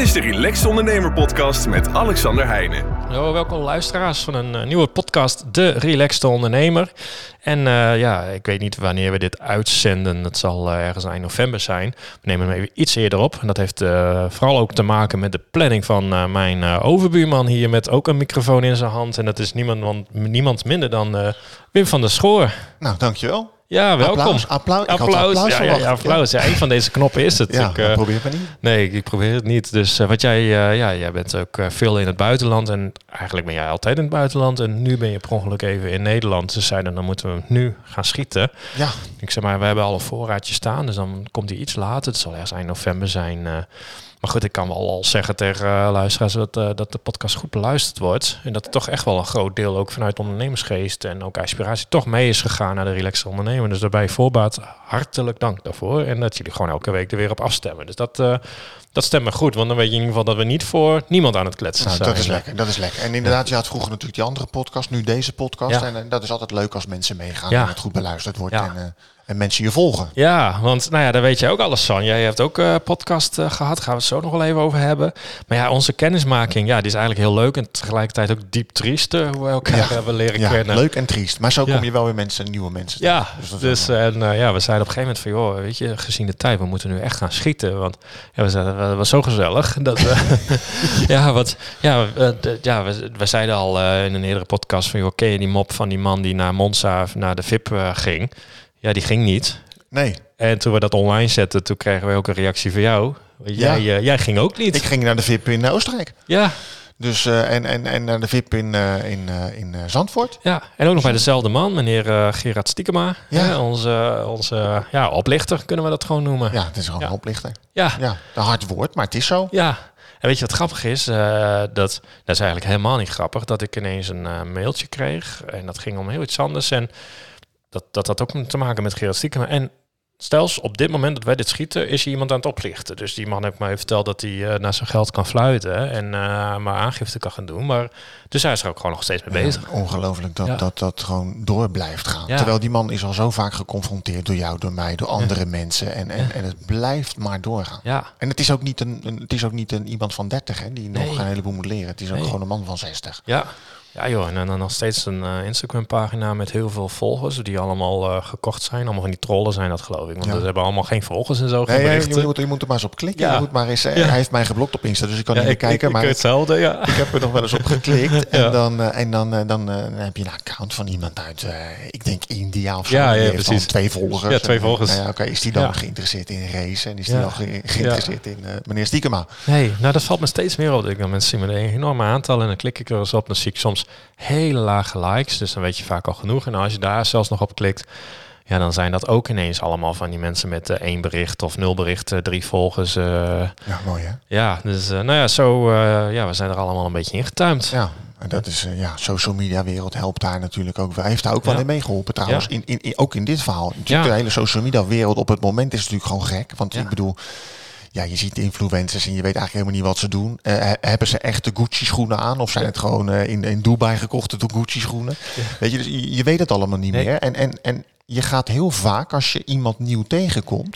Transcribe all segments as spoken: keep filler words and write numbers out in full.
is de Relaxed Ondernemer podcast met Alexander Heijnen. Hallo, welkom luisteraars van een uh, nieuwe podcast, De Relaxed Ondernemer. En uh, ja, ik weet niet wanneer we dit uitzenden. Het zal uh, ergens eind november zijn. We nemen hem even iets eerder op. En dat heeft uh, vooral ook te maken met de planning van uh, mijn uh, overbuurman hier met ook een microfoon in zijn hand. En dat is niemand, want, niemand minder dan uh, Wim van der Schoor. Nou, dankjewel. Ja, welkom. Applaus. Applaus. Applaus. applaus. Ja, ja, ja, applaus. Ja. Ja, een van deze knoppen is het. Ja, ik, uh, probeer het maar niet. Nee, ik, ik probeer het niet. Dus uh, wat jij, uh, ja, jij bent ook uh, veel in het buitenland. En eigenlijk ben jij altijd in het buitenland. En nu ben je per ongeluk even in Nederland. Dus zeiden, dan moeten we nu gaan schieten. Ja. Ik zeg maar, we hebben al een voorraadje staan. Dus dan komt hij iets later. Het zal ergens eind november zijn. Uh, Maar goed, ik kan wel al zeggen tegen uh, luisteraars dat, uh, dat de podcast goed beluisterd wordt. En dat er toch echt wel een groot deel ook vanuit ondernemersgeest en ook inspiratie toch mee is gegaan naar de Relaxed Ondernemer. Dus daarbij voorbaat hartelijk dank daarvoor. En dat jullie gewoon elke week er weer op afstemmen. Dus dat, uh, dat stemt me goed, want dan weet je in ieder geval dat we niet voor niemand aan het kletsen nou, zijn. Dat is lekker, dat is lekker. En inderdaad, je had vroeger natuurlijk die andere podcast, nu deze podcast. Ja. En uh, dat is altijd leuk als mensen meegaan Ja. en het goed beluisterd wordt. Ja. En, uh, en mensen je volgen. Ja, want nou ja, daar weet jij ook alles van. Jij hebt ook een uh, podcast uh, gehad, gaan we het zo nog wel even over hebben. Maar ja, onze kennismaking, ja, die is eigenlijk heel leuk en tegelijkertijd ook diep triest uh, hoe we elkaar ja. hebben leren ja, kennen. Leuk en triest. Maar zo ja. kom je wel weer mensen, nieuwe mensen Ja, tegen. Dus, dat dus wel... en uh, ja, we zeiden op een gegeven moment van, joh, weet je, gezien de tijd, we moeten nu echt gaan schieten. Want ja, we zeiden, het was zo gezellig. Dat we, ja, wat, ja, we, de, ja we, we zeiden al uh, in een eerdere podcast van, joh, ken je die mop van die man die naar Monza, naar de V I P uh, ging? Ja, die ging niet. Nee. En toen we dat online zetten, toen kregen we ook een reactie van jou. Jij, ja. uh, jij ging ook niet. Ik ging naar de V I P in uh, Oostenrijk. Ja. Dus, uh, en, en, en naar de V I P in, uh, in, uh, in uh, Zandvoort. Ja, en ook nog bij dezelfde man, meneer uh, Gerard Stiekema. Ja. Hè, onze onze uh, ja, oplichter, kunnen we dat gewoon noemen. Ja, het is gewoon ja. een oplichter. Ja. Ja, een hard woord, maar het is zo. Ja. En weet je wat grappig is? Uh, dat, dat is eigenlijk helemaal niet grappig. Dat ik ineens een uh, mailtje kreeg. En dat ging om heel iets anders. En dat dat had ook te maken met Gerard Stiekema. En stels, op dit moment dat wij dit schieten, is er iemand aan het oplichten. Dus die man heeft mij verteld dat hij uh, naar zijn geld kan fluiten. En uh, maar aangifte kan gaan doen. Maar, dus hij is er ook gewoon nog steeds mee bezig. Ja, ongelooflijk dat, ja. dat dat gewoon door blijft gaan. Ja. Terwijl die man is al zo vaak geconfronteerd door jou, door mij, door andere ja. mensen. En, en, ja. en het blijft maar doorgaan. Ja. En het is ook niet een, een, het is ook niet een iemand van dertig hè, die nee. nog een heleboel moet leren. Het is ook nee. gewoon een man van zestig. Ja. Ja joh, en dan nog steeds een uh, Instagram pagina met heel veel volgers die allemaal uh, gekocht zijn. Allemaal van die trollen zijn dat geloof ik. Want ja. ze hebben allemaal geen volgers en zo. Nee, ja, je, moet, je moet er maar eens op klikken. Ja. Je moet maar eens, uh, ja. Hij heeft mij geblokt op Insta, dus ik kan ja, niet meer ik, kijken. Ik, maar ik, hetzelfde, ja. ik heb er nog wel eens op geklikt. ja. En, dan, uh, en dan, uh, dan, uh, dan heb je een account van iemand uit, uh, ik denk India of zo. Ja, ja, die precies. heeft twee volgers. Ja, twee volgers. Nou ja, Oké, okay, is die dan ja. geïnteresseerd in racen? En is die ja. dan ge- geïnteresseerd ja. in uh, meneer Stiekema? Nee, nou dat valt me steeds meer op. Dat ik dan mensen zien met een enorme aantal en dan klik ik er eens op. Dan zie ik soms hele lage likes. Dus dan weet je vaak al genoeg. En als je daar zelfs nog op klikt, ja, dan zijn dat ook ineens allemaal van die mensen met uh, één bericht of nul berichten, drie volgers. Uh, ja, mooi hè? Ja, dus uh, nou ja, zo, uh, ja, we zijn er allemaal een beetje ingetuimd. Ja. En dat is, uh, ja, social media wereld helpt daar natuurlijk ook wel. Heeft daar ook wel ja. in meegeholpen trouwens. Ja. In, in, in, ook in dit verhaal. Natuurlijk ja. de hele social media wereld op het moment is natuurlijk gewoon gek. Want ja. ik bedoel, ja, je ziet influencers en je weet eigenlijk helemaal niet wat ze doen. Uh, hebben ze echt de Gucci schoenen aan? Of zijn ja. het gewoon uh, in, in Dubai gekochte Gucci schoenen? Ja. Weet je, dus je, je weet het allemaal niet nee. meer. En, en, en je gaat heel vaak, als je iemand nieuw tegenkomt,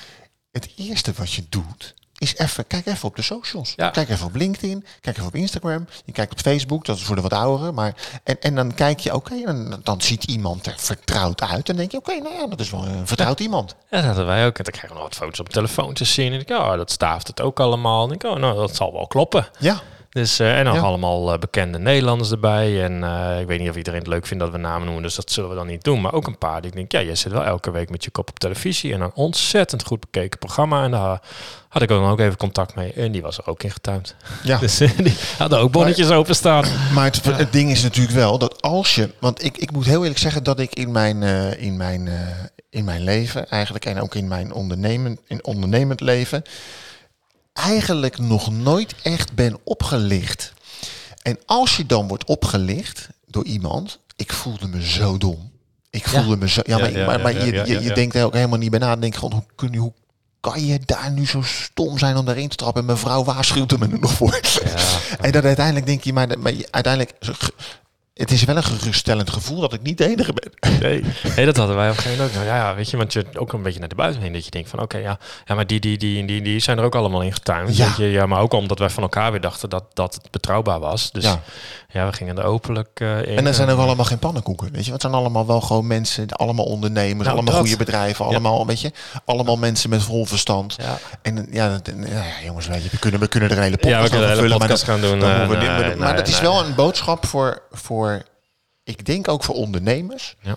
het eerste wat je doet, is even, kijk even op de socials. Ja. Kijk even op LinkedIn, kijk even op Instagram. Je kijkt op Facebook, dat is voor de wat ouderen. Maar, en, en dan kijk je, oké, okay, dan, dan ziet iemand er vertrouwd uit. En dan denk je, oké, okay, nou ja, dat is wel een vertrouwd ja. iemand. Ja, dat hadden wij ook. En dan krijgen we nog wat foto's op telefoon te zien. En ik denk, oh, dat staaft het ook allemaal. En ik denk, oh, nou, dat zal wel kloppen. Ja. Dus, uh, en dan ja. allemaal uh, bekende Nederlanders erbij. En uh, ik weet niet of iedereen het leuk vindt dat we namen noemen. Dus dat zullen we dan niet doen. Maar ook een paar die ik denk, ja, jij zit wel elke week met je kop op televisie. En een ontzettend goed bekeken programma. En daar had ik dan ook even contact mee. En die was er ook in getuimd. Ja. Dus die hadden ook bonnetjes maar, openstaan. Maar het, ja. het ding is natuurlijk wel dat als je... Want ik, ik moet heel eerlijk zeggen dat ik in mijn, uh, in mijn, uh, in mijn leven eigenlijk... en ook in mijn ondernemend, in ondernemend leven... eigenlijk nog nooit echt ben opgelicht. En als je dan wordt opgelicht door iemand... Ik voelde me zo dom. Ik voelde ja. me zo... Ja, maar, ja, ja, maar, maar ja, ja, je, ja, ja, je, je denkt er ook helemaal niet bij na. Dan denk je gewoon, hoe kun je... Hoe kan je daar nu zo stom zijn om daarin te trappen? En mijn vrouw waarschuwt er me er nog voor. Ja. En dan uiteindelijk denk je, maar, maar uiteindelijk... het is wel een geruststellend gevoel dat ik niet de enige ben. Nee, nee dat hadden wij op een gegeven moment ook. Nou, ja, weet je, want je ook een beetje naar de buiten heen dat je denkt van oké, okay, ja, ja, maar die, die, die, die, die zijn er ook allemaal in getuind. Ja. Weet je, ja, maar ook omdat wij van elkaar weer dachten dat, dat het betrouwbaar was. Dus ja, ja we gingen er openlijk uh, in. En dan zijn er wel allemaal geen pannenkoeken. Weet je, het zijn allemaal wel gewoon mensen, allemaal ondernemers, nou, allemaal dat. goede bedrijven, allemaal, ja. weet je, allemaal mensen met vol verstand. Ja. En ja, dat, ja, jongens, weet je, we kunnen, we kunnen er een hele podcast, ja, we kunnen over een hele vullen, podcast maar gaan doen. Dan, dan uh, nee, we, nee, maar nee, dat is nee. wel een boodschap voor, voor, ik denk ook voor ondernemers, ja.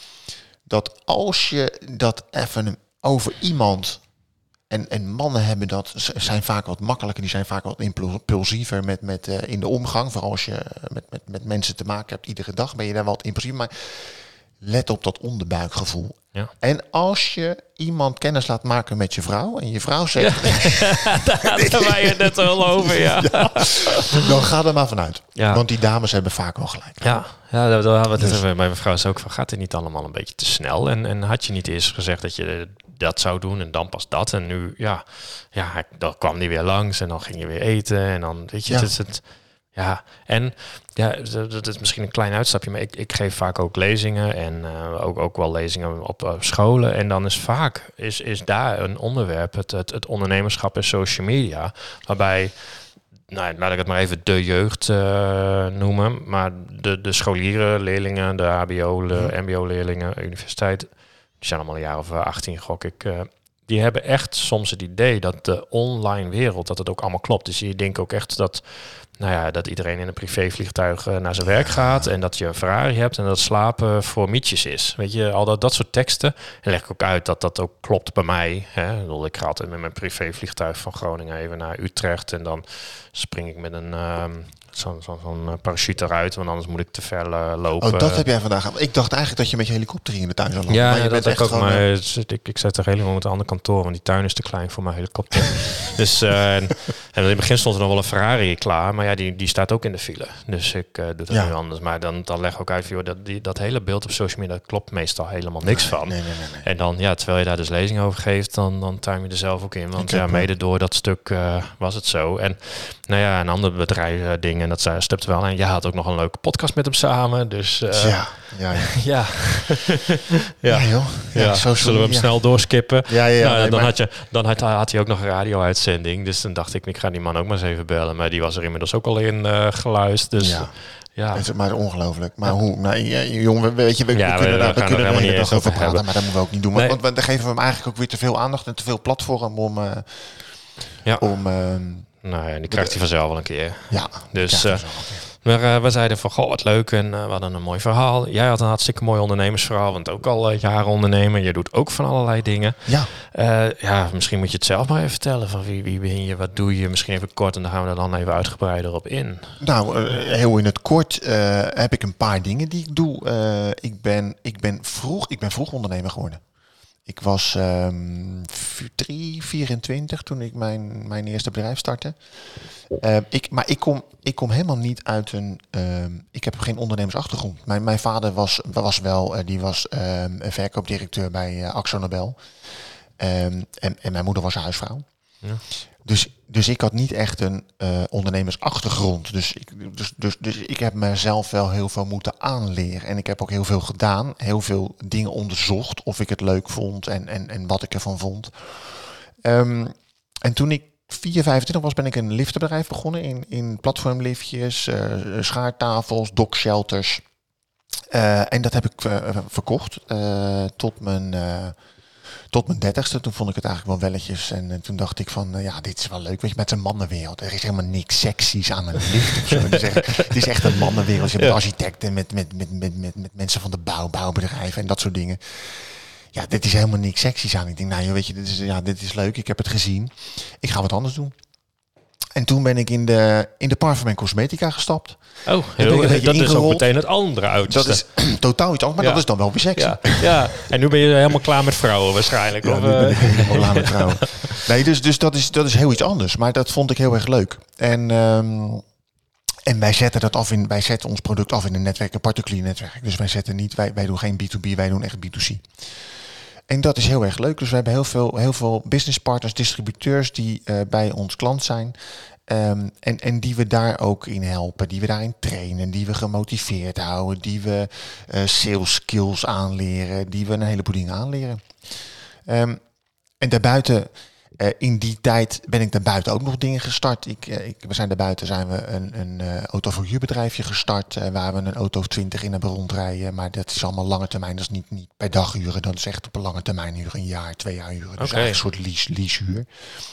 dat als je dat even over iemand, en, en mannen hebben dat, zijn vaak wat makkelijker, die zijn vaak wat impulsiever met, met, uh, in de omgang, vooral als je met, met, met mensen te maken hebt, iedere dag ben je daar wat impulsiever, maar let op dat onderbuikgevoel. Ja. En als je iemand kennis laat maken met je vrouw en je vrouw zegt... Ja, daar hadden wij het net al over, ja. ja. Dan ga er maar vanuit. Ja. Want die dames hebben vaak wel gelijk. Ja, ja daar, daar hadden we het dus. Bij mijn vrouw ook van, gaat het niet allemaal een beetje te snel? En, en had je niet eerst gezegd dat je dat zou doen en dan pas dat? En nu, ja, ja dan kwam die weer langs en dan ging je weer eten. En dan, weet je, ja. het is het... Ja, en ja, dat is misschien een klein uitstapje, maar ik, ik geef vaak ook lezingen en uh, ook, ook wel lezingen op uh, scholen. En dan is vaak is, is daar een onderwerp, het, het, het ondernemerschap en social media, waarbij, nou, laat ik het maar even de jeugd uh, noemen, maar de, de scholieren, leerlingen, de H B O, de M B O-leerlingen, universiteit, die zijn allemaal een jaar of achttien, gok ik. Uh, die hebben echt soms het idee dat de online wereld, dat het ook allemaal klopt. Dus je denkt ook echt dat... Nou ja, dat iedereen in een privévliegtuig uh, naar zijn werk gaat en dat je een Ferrari hebt en dat slapen voor mietjes is. Weet je, al dat, dat soort teksten. En leg ik ook uit dat dat ook klopt bij mij. Hè. Ik ga altijd met mijn privévliegtuig van Groningen even naar Utrecht en dan spring ik met een... Um, Zo'n zo, zo parachute eruit, want anders moet ik te ver uh, lopen. Oh, dat heb jij vandaag. Ik dacht eigenlijk dat je met je helikopter in de tuin zou lopen. Ja, maar je ja bent dat echt ook. gewoon, Maar uh... ik, ik zet er helemaal met een ander kantoor, want die tuin is te klein voor mijn helikopter. dus uh, en, en in het begin stond er nog wel een Ferrari klaar, maar ja, die, die staat ook in de file. Dus ik uh, doe dat ja. nu anders. Maar dan, dan leg ik ook uit, joh, dat, die, dat hele beeld op social media, daar klopt meestal helemaal niks nee, van. Nee, nee, nee, nee. En dan, ja, terwijl je daar dus lezing over geeft, dan, dan tuim je er zelf ook in. Want ja, mede door dat stuk uh, was het zo. En nou ja, een ander bedrijf uh, dingen, dat uh, stupte wel. En jij had ook nog een leuke podcast met hem samen. Dus uh, ja, ja, ja. ja. ja, joh. Ja, ja. Zo zullen we hem ja. snel doorskippen? Ja, ja, ja, nou, nee, dan maar... had je, dan had, had hij ook nog een radio-uitzending. Dus dan dacht ik, ik ga die man ook maar eens even bellen. Maar die was er inmiddels ook al in uh, geluisterd. Dus ja. Ja. Het is maar ongelooflijk. Maar ja. hoe? Nou, ja, jongen, weet je, we, ja, we kunnen we, daar, we we kunnen er niet nog over praten, hebben. maar dat moeten we ook niet doen. Nee. Want, want dan geven we hem eigenlijk ook weer te veel aandacht en te veel platform om... Uh, ja. om uh, nou ja, die krijgt hij vanzelf wel een keer. Ja, dus... Uh, maar uh, we zeiden van, goh, wat leuk en uh, we hadden een mooi verhaal. Jij had een hartstikke mooi ondernemersverhaal, want ook al uh, jaren ondernemen. Je doet ook van allerlei dingen. Ja. Uh, ja, misschien moet je het zelf maar even vertellen. Van wie, wie ben je, wat doe je? Misschien even kort en dan gaan we er dan even uitgebreider op in. Nou, uh, heel in het kort uh, heb ik een paar dingen die ik doe. Uh, ik, ben, ik, ben vroeg, ik ben vroeg ondernemer geworden. Ik was um, drie, vierentwintig toen ik mijn, mijn eerste bedrijf startte. Uh, ik, maar ik kom, ik kom helemaal niet uit een... Uh, ik heb geen ondernemersachtergrond. Mijn, mijn vader was, was wel... Uh, die was uh, een verkoopdirecteur bij uh, Akzo Nobel. Um, en, en mijn moeder was huisvrouw. Ja. Dus, dus ik had niet echt een uh, ondernemersachtergrond. Dus ik, dus, dus, dus ik heb mezelf wel heel veel moeten aanleren. En ik heb ook heel veel gedaan. Heel veel dingen onderzocht. Of ik het leuk vond en, en, en wat ik ervan vond. Um, en toen ik vier, vijfentwintig was, ben ik een liftenbedrijf begonnen. In, in platformliftjes, uh, schaartafels, dockshelters. Uh, en dat heb ik uh, verkocht uh, tot mijn... Uh, Tot mijn dertigste, toen vond ik het eigenlijk wel welletjes. En uh, toen dacht ik van, uh, ja, dit is wel leuk. Weet je, met zijn mannenwereld. Er is helemaal niks seksies aan een lift of zo. Het is echt, het is echt een mannenwereld. Je hebt ja. architecten met, met, met, met, met, met mensen van de bouw, bouwbedrijven en dat soort dingen. Ja, dit is helemaal niks seksies aan. Ik denk, nou, weet je, dit is, ja, dit is leuk. Ik heb het gezien. Ik ga wat anders doen. En toen ben ik in de, in de parfum en cosmetica gestapt. Oh, heel, dat ingerold. Is ook meteen het andere uiterste. Dat is totaal iets anders, maar ja. dat is dan wel weer sexy. Ja. ja, en nu ben je helemaal klaar met vrouwen waarschijnlijk. Ja, of, nu ben ik helemaal klaar met vrouwen. Nee, dus, dus dat, is, dat is heel iets anders. Maar dat vond ik heel erg leuk. En, um, en wij zetten dat af in, wij zetten ons product af in een netwerk, een particulier netwerk. Dus wij zetten niet, wij, wij doen geen B twee B, wij doen echt B twee C. En dat is heel erg leuk. Dus we hebben heel veel, heel veel businesspartners, distributeurs die uh, bij ons klant zijn. Um, en, en die we daar ook in helpen, die we daarin trainen, die we gemotiveerd houden, die we uh, sales skills aanleren, die we een heleboel dingen aanleren. Um, en daarbuiten, uh, in die tijd ben ik daarbuiten ook nog dingen gestart. Ik, uh, ik, we zijn daarbuiten zijn we een, een uh, autoverhuurbedrijfje gestart, uh, waar we een auto of twintig in hebben rondrijden. Maar dat is allemaal lange termijn, dat is niet, niet per dag huren, dat is echt op een lange termijn huren, een jaar, twee jaar huren. Dus okay. eigenlijk een soort lease, leasehuur.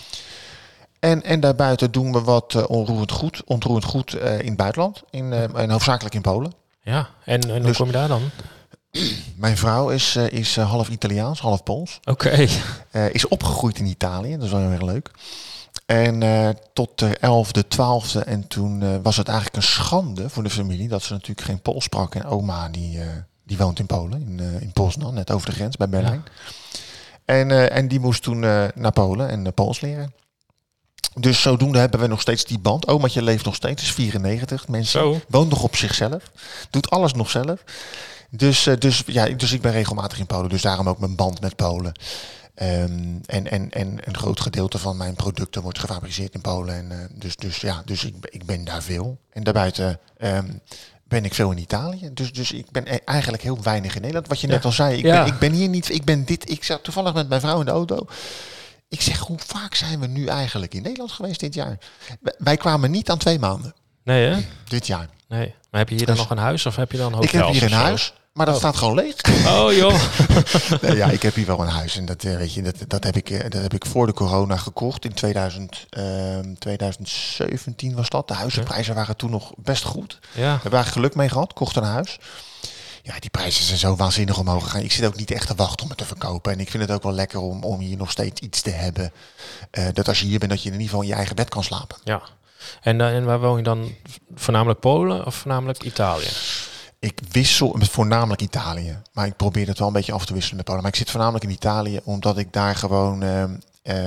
En, en daarbuiten doen we wat uh, onroerend goed, ontroerend goed uh, in het buitenland. In, uh, en hoofdzakelijk in Polen. Ja, en, en hoe dus, kom je daar dan? Mijn vrouw is, uh, is uh, half Italiaans, half Pools. Oké. Okay. Uh, is opgegroeid in Italië, dat is wel heel erg leuk. En uh, tot de elfde, twaalfde. En toen uh, was het eigenlijk een schande voor de familie dat ze natuurlijk geen Pools sprak. En oma die, uh, die woont in Polen, in, uh, in Poznan, net over de grens bij Berlijn. Ja. En, uh, en die moest toen uh, naar Polen en uh, Pools leren. Dus zodoende hebben we nog steeds die band. Omaatje leeft nog steeds, is vierennegentig. Mensen Zo. Woont nog op zichzelf. Doet alles nog zelf. Dus, uh, dus, ja, dus ik ben regelmatig in Polen. Dus daarom ook mijn band met Polen. Um, en, en, en een groot gedeelte van mijn producten wordt gefabriceerd in Polen. En, uh, dus, dus ja, dus ik, ik ben daar veel. En daarbuiten um, ben ik veel in Italië. Dus, dus ik ben eigenlijk heel weinig in Nederland. Wat je ja. net al zei. Ik, ja. ben, ik ben hier niet. Ik ben dit. Ik zat toevallig met mijn vrouw in de auto. Ik zeg, hoe vaak zijn we nu eigenlijk in Nederland geweest dit jaar? Wij kwamen niet aan twee maanden. Nee, hè? Dit jaar. Nee. Maar heb je hier dan dus nog een huis of heb je dan hotels? Ik heb hier een huis, maar dat oh. staat gewoon leeg. Oh joh. Nee, ja, ik heb hier wel een huis. En dat, weet je, dat, dat, heb ik, dat heb ik voor de corona gekocht. In tweeduizend, uh, tweeduizend zeventien was dat. De huizenprijzen waren toen nog best goed. Ja. We hebben eigenlijk geluk mee gehad. Kocht een huis. Ja, die prijzen zijn zo waanzinnig omhoog gegaan. Ik zit ook niet echt te wachten om het te verkopen. En ik vind het ook wel lekker om, om hier nog steeds iets te hebben. Uh, dat als je hier bent, dat je in ieder geval in je eigen bed kan slapen. Ja. En, uh, en waar woon je dan? Voornamelijk Polen of voornamelijk Italië? Ik wissel met voornamelijk Italië. Maar ik probeer het wel een beetje af te wisselen met Polen. Maar ik zit voornamelijk in Italië, omdat ik daar gewoon... Uh, uh,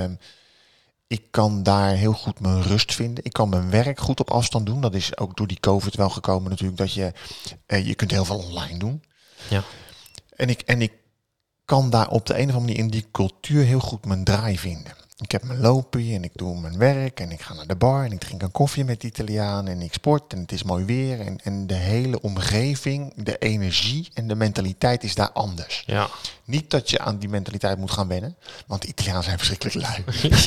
ik kan daar heel goed mijn rust vinden. Ik kan mijn werk goed op afstand doen. Dat is ook door die COVID wel gekomen natuurlijk. Dat je, uh, je kunt heel veel online doen. Ja. En ik, en ik kan daar op de een of andere manier in die cultuur heel goed mijn draai vinden. Ik heb mijn loopje en ik doe mijn werk en ik ga naar de bar en ik drink een koffie met de Italiaan en ik sport en het is mooi weer. En, en de hele omgeving, de energie en de mentaliteit is daar anders. Ja. Niet dat je aan die mentaliteit moet gaan wennen, want de Italianen zijn verschrikkelijk lui.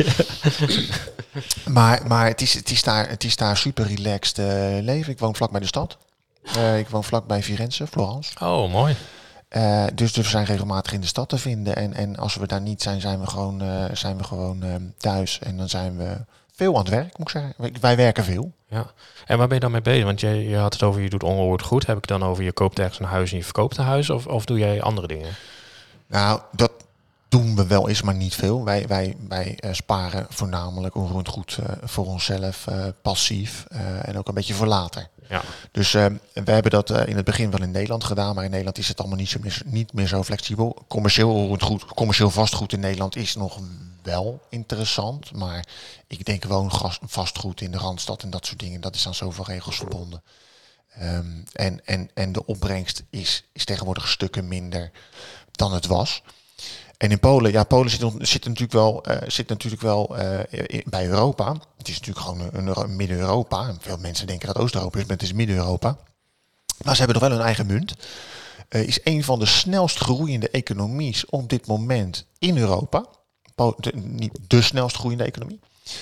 maar maar het, is, het, is daar, het is daar super relaxed uh, leven. Ik woon vlak bij de stad. Uh, ik woon vlak bij Firenze, Florence. Oh, mooi. Uh, dus, dus we zijn regelmatig in de stad te vinden. En, en als we daar niet zijn, zijn we gewoon, uh, zijn we gewoon uh, thuis. En dan zijn we veel aan het werk, moet ik zeggen. Wij, wij werken veel. Ja. En waar ben je dan mee bezig? Want je, je had het over, je doet onroerend goed. Heb ik dan over, je koopt ergens een huis en je verkoopt een huis? Of, of doe jij andere dingen? Nou, dat doen we wel eens, maar niet veel. Wij, wij, wij uh, sparen voornamelijk onroerend goed uh, voor onszelf, uh, passief. Uh, en ook een beetje voor later. Ja. Dus uh, we hebben dat uh, in het begin wel in Nederland gedaan, maar in Nederland is het allemaal niet, zo meer, niet meer zo flexibel. Commercieel goed, commercieel vastgoed in Nederland is nog wel interessant, maar ik denk gewoon gas, vastgoed in de Randstad en dat soort dingen, dat is aan zoveel regels verbonden. Um, en, en, en de opbrengst is, is tegenwoordig stukken minder dan het was. En in Polen, ja, Polen zit, zit natuurlijk wel, uh, zit natuurlijk wel uh, bij Europa. Het is natuurlijk gewoon een, een, een Midden-Europa. En veel mensen denken dat Oost-Europa is, maar het is Midden-Europa. Maar ze hebben nog wel hun eigen munt. Uh, is een van de snelst groeiende economies op dit moment in Europa. Po- de, niet de snelst groeiende economie.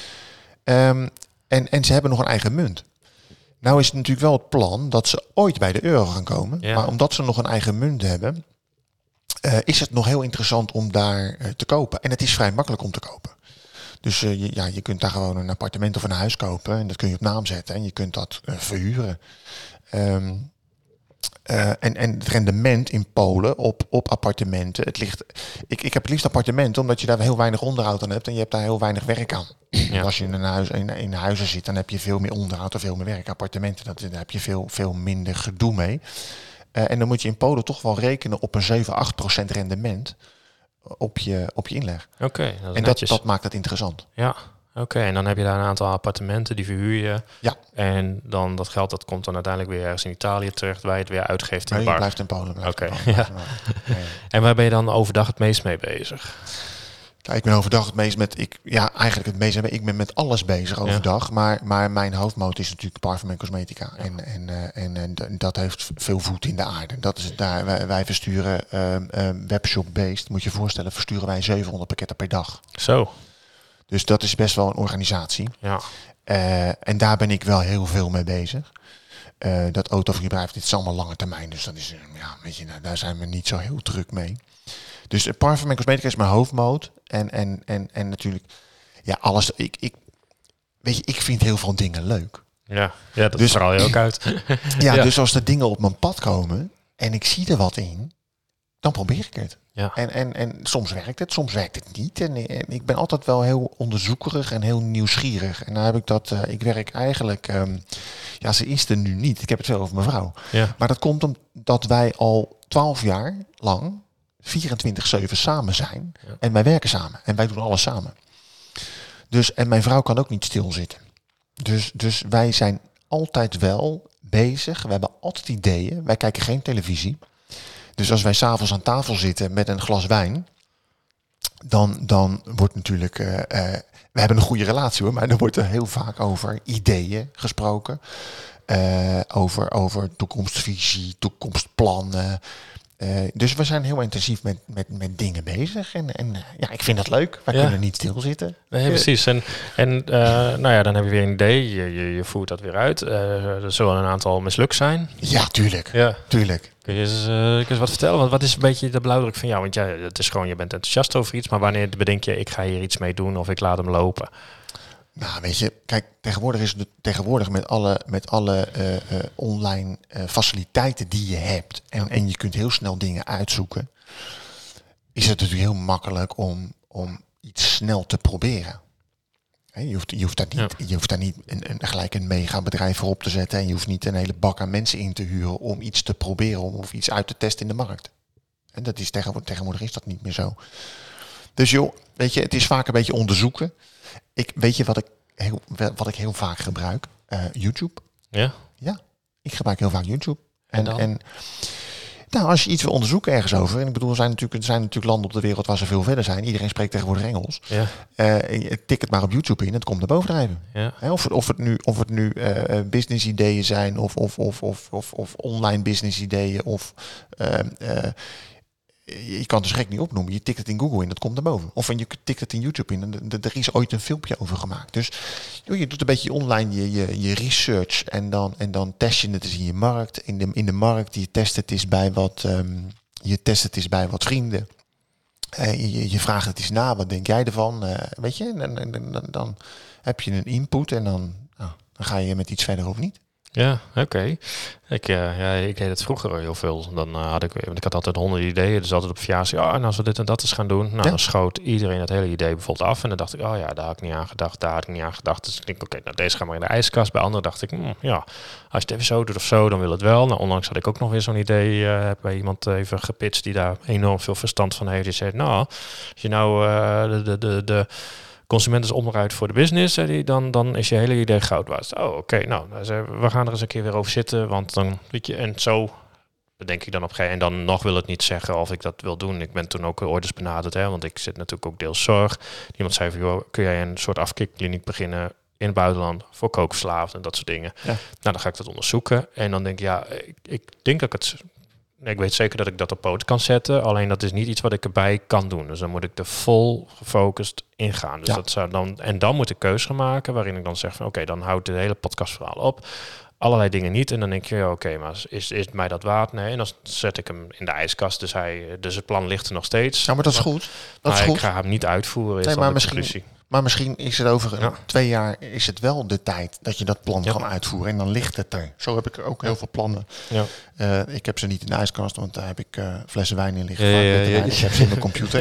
Um, en, en ze hebben nog een eigen munt. Nou is het natuurlijk wel het plan dat ze ooit bij de euro gaan komen. Ja. Maar omdat ze nog een eigen munt hebben... Uh, is het nog heel interessant om daar uh, te kopen. En het is vrij makkelijk om te kopen. Dus uh, je, ja, je kunt daar gewoon een appartement of een huis kopen. En dat kun je op naam zetten. En je kunt dat uh, verhuren. Um, uh, en, en het rendement in Polen op, op appartementen. Het ligt, ik, ik heb het liefst appartementen omdat je daar heel weinig onderhoud aan hebt. En je hebt daar heel weinig werk aan. Ja. Als je in, een huis, in, in huizen zit, dan heb je veel meer onderhoud en veel meer werk. Appartementen, dat, daar heb je veel, veel minder gedoe mee. Uh, en dan moet je in Polen toch wel rekenen op een zeven, acht procent rendement op je, op je inleg. Oké, okay, dat is en dat, dat maakt het interessant. Ja, oké. Okay. En dan heb je daar een aantal appartementen, die verhuur je. Ja. En dan dat geld, dat komt dan uiteindelijk weer ergens in Italië terecht, waar je het weer uitgeeft in nee, de bar. blijft in Polen. Oké, okay. ja. ja. En waar ben je dan overdag het meest mee bezig? Ja, ik ben overdag het meest met, ik, ja, eigenlijk het meest, ik ben met alles bezig overdag, ja. maar, maar mijn hoofdmoot is natuurlijk parfum en cosmetica. Ja. En, en, uh, en, en dat heeft veel voet in de aarde. Dat is het daar. Wij, wij versturen uh, uh, webshop-based, moet je je voorstellen, versturen wij zevenhonderd pakketten per dag. Zo. Dus dat is best wel een organisatie. Ja. Uh, en daar ben ik wel heel veel mee bezig. Uh, dat autovergebruik, dit is allemaal lange termijn, dus dat is, uh, ja, weet je, nou, daar zijn we niet zo heel druk mee. Dus parfum en cosmetica is mijn hoofdmoot. En, en, en, en natuurlijk, ja, alles. Ik, ik, weet je, ik vind heel veel dingen leuk. Ja, ja dat dus, straal je ook uit. ja, ja, dus als er dingen op mijn pad komen en ik zie er wat in, dan probeer ik het. Ja. En, en, en soms werkt het, soms werkt het niet. En, en ik ben altijd wel heel onderzoekerig en heel nieuwsgierig. En dan heb ik dat, uh, ik werk eigenlijk, um, ja, ze is er nu niet. Ik heb het veel over mijn vrouw. Ja. Maar dat komt omdat wij al twaalf jaar lang vierentwintig zeven samen zijn. Ja. En wij werken samen. En wij doen alles samen. Dus, en mijn vrouw kan ook niet stilzitten. Dus, dus wij zijn altijd wel bezig. We hebben altijd ideeën. Wij kijken geen televisie. Dus als wij 's avonds aan tafel zitten met een glas wijn, dan, dan wordt natuurlijk, uh, uh, we hebben een goede relatie hoor, maar er wordt er heel vaak over ideeën gesproken. Uh, over, over toekomstvisie, toekomstplannen. Uh, dus we zijn heel intensief met, met, met dingen bezig. En, en uh, ja, ik vind dat leuk. Wij ja. kunnen niet stilzitten. Nee, precies. En, en uh, nou ja, dan heb je weer een idee. Je, je, je voert dat weer uit. Uh, er zullen een aantal mislukt zijn. Ja, tuurlijk. Ja. Tuurlijk. Kun je eens, uh, eens wat vertellen? Want wat is een beetje de blauwdruk van jou? Want ja, het is gewoon, je bent enthousiast over iets. Maar wanneer bedenk je, ik ga hier iets mee doen of ik laat hem lopen? Nou, weet je, kijk, tegenwoordig is het tegenwoordig met alle, met alle uh, uh, online uh, faciliteiten die je hebt en, en je kunt heel snel dingen uitzoeken, is het natuurlijk heel makkelijk om, om iets snel te proberen. He, je, hoeft, je hoeft daar niet, ja. je hoeft daar niet een, een, gelijk een mega bedrijf voor op te zetten en je hoeft niet een hele bak aan mensen in te huren om iets te proberen om, of iets uit te testen in de markt. En dat is tegenwoordig, tegenwoordig is dat niet meer zo. Dus joh, weet je, het is vaak een beetje onderzoeken. Ik, weet je wat ik heel, wat ik heel vaak gebruik? Uh, YouTube. Ja? Ja, ik gebruik heel vaak YouTube. En, en, en nou, als je iets wil onderzoeken ergens over, en ik bedoel, er zijn natuurlijk, er zijn natuurlijk landen op de wereld waar ze veel verder zijn. Iedereen spreekt tegenwoordig Engels. Ja. Uh, tik het maar op YouTube in, het komt naar boven drijven. Ja. He, of, of het nu, of het nu uh, business ideeën zijn, of, of, of, of, of, of online business ideeën, of uh, uh, je kan het dus gek niet opnoemen. Je tikt het in Google in, dat komt naar boven. Of je tikt het in YouTube in en er is ooit een filmpje over gemaakt. Dus joh, je doet een beetje online je, je, je research en dan, en dan test je het eens in je markt. In de, in de markt, je test het eens bij wat, um, je test het eens bij wat vrienden. Uh, je, je vraagt het eens na, wat denk jij ervan? Uh, weet je, en, en, en dan, dan heb je een input en dan, nou, dan ga je met iets verder of niet. Ja, oké. Okay. Ik, uh, ja, ik deed het vroeger heel veel. Dan uh, had ik, ik had altijd honderd ideeën. Dus altijd op verjaardag. Ja, en als we dit en dat eens gaan doen. Nou, ja. Dan schoot iedereen het hele idee bijvoorbeeld af. En dan dacht ik, oh ja, daar had ik niet aan gedacht. Daar had ik niet aan gedacht. Dus ik denk, oké, okay, nou deze gaan maar in de ijskast. Bij anderen dacht ik, mm, ja, als je het even zo doet of zo, dan wil het wel. Nou, onlangs had ik ook nog weer zo'n idee. Uh, heb bij iemand even gepitcht die daar enorm veel verstand van heeft. Die zei, nou, als je nou uh, de, de, de, de consument is onderuit voor de business, hè, die, dan, dan is je hele idee goud waard. Oh, oké, okay, nou, we gaan er eens een keer weer over zitten, want dan, weet je, en zo bedenk ik dan op een gegeven moment. En dan nog wil het niet zeggen of ik dat wil doen. Ik ben toen ook ooit eens benaderd, hè, want ik zit natuurlijk ook deels zorg. Iemand zei van, joh, kun jij een soort afkikkliniek beginnen in het buitenland voor kookverslaafden en dat soort dingen. Ja. Nou, dan ga ik dat onderzoeken. En dan denk ik, ja, ik, ik denk dat ik het... Ik weet zeker dat ik dat op poot kan zetten. Alleen dat is niet iets wat ik erbij kan doen. Dus dan moet ik er vol gefocust in gaan. Dus ja. dat zou dan, en dan moet ik keuze gaan maken waarin ik dan zeg van oké, okay, dan houdt de hele podcastverhaal op. Allerlei dingen niet. En dan denk je, ja, oké, okay, maar is, is mij dat waard? Nee. En dan zet ik hem in de ijskast. Dus, hij, dus het plan ligt er nog steeds. Ja, maar dat is maar, goed. Dat is ik goed. ga hem niet uitvoeren. Is nee, maar maar misschien... misschien... Maar misschien is het over ja. twee jaar is het wel de tijd dat je dat plan ja. kan uitvoeren. En dan ligt het er. Zo heb ik ook heel veel plannen. Ja. Uh, ik heb ze niet in de ijskast, want daar heb ik uh, flessen wijn in liggen. Ja, ja, ja, ja. Ik heb ze in mijn computer.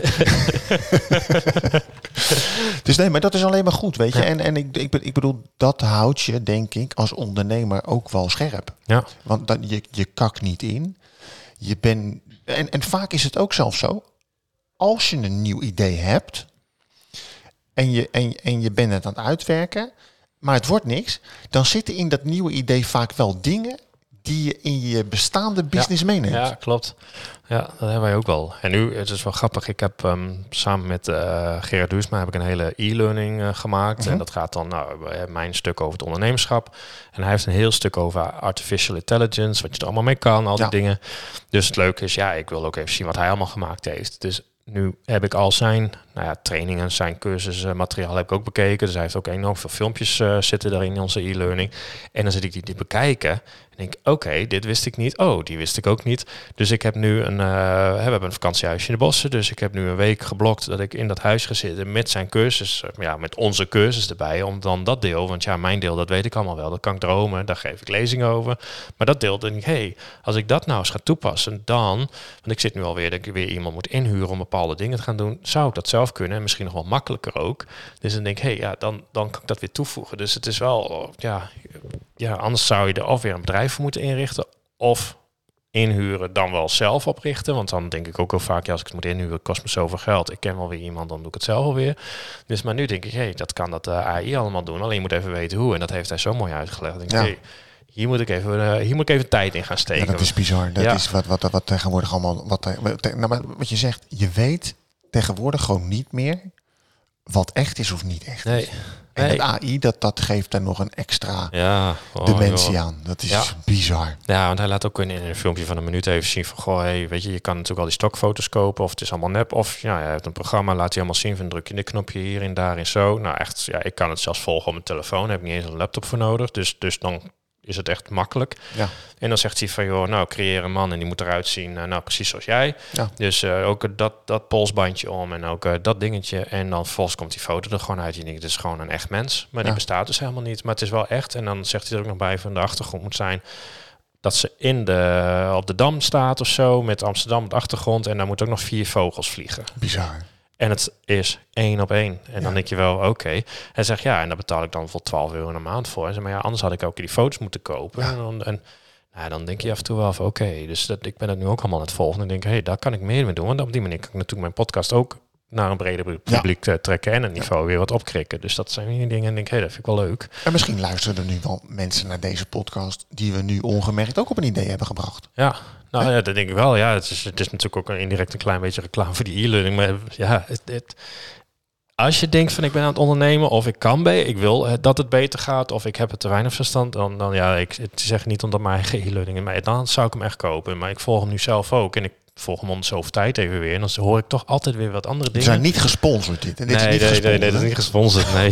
Dus nee, maar dat is alleen maar goed, weet je. Ja. En, en ik, ik, ik bedoel, dat houdt je, denk ik, als ondernemer ook wel scherp. Ja. Want dan, je, je kakt niet in. Je bent, en, en vaak is het ook zelfs zo. Als je een nieuw idee hebt... En je, en, en je bent het aan het uitwerken, maar het wordt niks. Dan zitten in dat nieuwe idee vaak wel dingen die je in je bestaande business ja. meeneemt. Ja, klopt. Ja, dat hebben wij ook wel. En nu, het is wel grappig, ik heb um, samen met uh, Gerard Duursma heb ik een hele e-learning uh, gemaakt. Mm-hmm. En dat gaat dan, nou, mijn stuk over het ondernemerschap. En hij heeft een heel stuk over artificial intelligence, wat je er allemaal mee kan, al die ja. dingen. Dus het leuke is, ja, ik wil ook even zien wat hij allemaal gemaakt heeft. Dus nu heb ik al zijn nou ja, trainingen, zijn cursussen, materiaal heb ik ook bekeken. Dus hij heeft ook enorm veel filmpjes uh, zitten daarin in onze e-learning. En dan zit ik die, die bekijken en denk oké, okay, dit wist ik niet. Oh, die wist ik ook niet. Dus ik heb nu een, uh, we hebben een vakantiehuisje in de bossen. Dus ik heb nu een week geblokt dat ik in dat huis ga zitten met zijn cursus. Ja, met onze cursus erbij. Om dan dat deel, want ja, mijn deel, dat weet ik allemaal wel. Dat kan ik dromen, daar geef ik lezingen over. Maar dat deel, denk ik, hé, hey, als ik dat nou eens ga toepassen, dan, want ik zit nu alweer dat ik weer iemand moet inhuren om bepaalde dingen te gaan doen, zou ik dat zelf kunnen en misschien nog wel makkelijker ook. Dus dan denk ik, hé, hey, ja, dan, dan kan ik dat weer toevoegen. Dus het is wel, ja, ja, anders zou je er of weer een bedrijf voor moeten inrichten of inhuren dan wel zelf oprichten. Want dan denk ik ook heel vaak, ja, als ik het moet inhuren, kost me zoveel geld. Ik ken wel weer iemand, dan doe ik het zelf alweer. Dus maar nu denk ik, hé, hey, dat kan dat uh, A I allemaal doen. Alleen je moet even weten hoe. En dat heeft hij zo mooi uitgelegd. Dan denk ik, ja. hey, Hier moet ik even, uh, hier moet ik even tijd in gaan steken. Ja, dat is bizar. Dat ja. is wat, wat, wat tegenwoordig allemaal. Wat, nou, maar wat je zegt, je weet tegenwoordig gewoon niet meer wat echt is of niet echt. Nee. En nee. het A I, dat, dat geeft daar nog een extra ja. oh, dimensie joh. aan. Dat is ja. bizar. Ja, want hij laat ook in, in een filmpje van een minuut even zien van, goh, hey, weet je, je kan natuurlijk al die stokfoto's kopen of het is allemaal nep. Of ja, je hebt een programma, laat je allemaal zien van druk je dit knopje hier en daar en zo. Nou echt, ja, ik kan het zelfs volgen op mijn telefoon. Daar heb ik niet eens een laptop voor nodig. Dus, dus dan is het echt makkelijk. Ja. En dan zegt hij van, joh, nou, creëer een man en die moet eruit zien, uh, nou, precies zoals jij. Ja. Dus uh, ook dat, dat polsbandje om en ook uh, dat dingetje. En dan volgens komt die foto er gewoon uit. Je denkt, het is gewoon een echt mens. Maar die ja. bestaat dus helemaal niet. Maar het is wel echt. En dan zegt hij er ook nog bij van de achtergrond moet zijn dat ze in de, op de Dam staat of zo, met Amsterdam op de achtergrond. En daar moet ook nog vier vogels vliegen. Bizar. En het is één op één. En ja. dan denk je wel, oké. Okay. En zeg ja, en daar betaal ik dan voor twaalf euro een maand voor. En zeg maar ja, anders had ik ook die foto's moeten kopen. Ja. En, dan, en nou, dan denk je af en toe wel van oké. Okay, dus dat, ik ben het nu ook allemaal aan het volgen. En denk, hé, hey, daar kan ik meer mee doen. Want op die manier kan ik natuurlijk mijn podcast ook naar een breder publiek ja. trekken en een niveau ja. weer wat opkrikken. Dus dat zijn weer dingen en denk, hé, hey, dat vind ik wel leuk. En misschien luisteren er nu wel mensen naar deze podcast die we nu ongemerkt ook op een idee hebben gebracht. Ja. Nou ja, dat denk ik wel. Ja, het is, het is natuurlijk ook een indirect een klein beetje reclame voor die e-learning. Maar ja, het, het, als je denkt van ik ben aan het ondernemen of ik kan bij, ik wil dat het beter gaat of ik heb het te weinig verstand, dan, dan ja, ik het zeg niet omdat mijn eigen e-learning, maar dan zou ik hem echt kopen. Maar ik volg hem nu zelf ook en ik volg hem om zoveel tijd even weer. En dan hoor ik toch altijd weer wat andere dingen. We zijn niet gesponsord dit. En dit nee, is niet nee, gesponsord, nee, nee, dat is niet gesponsord. Nee.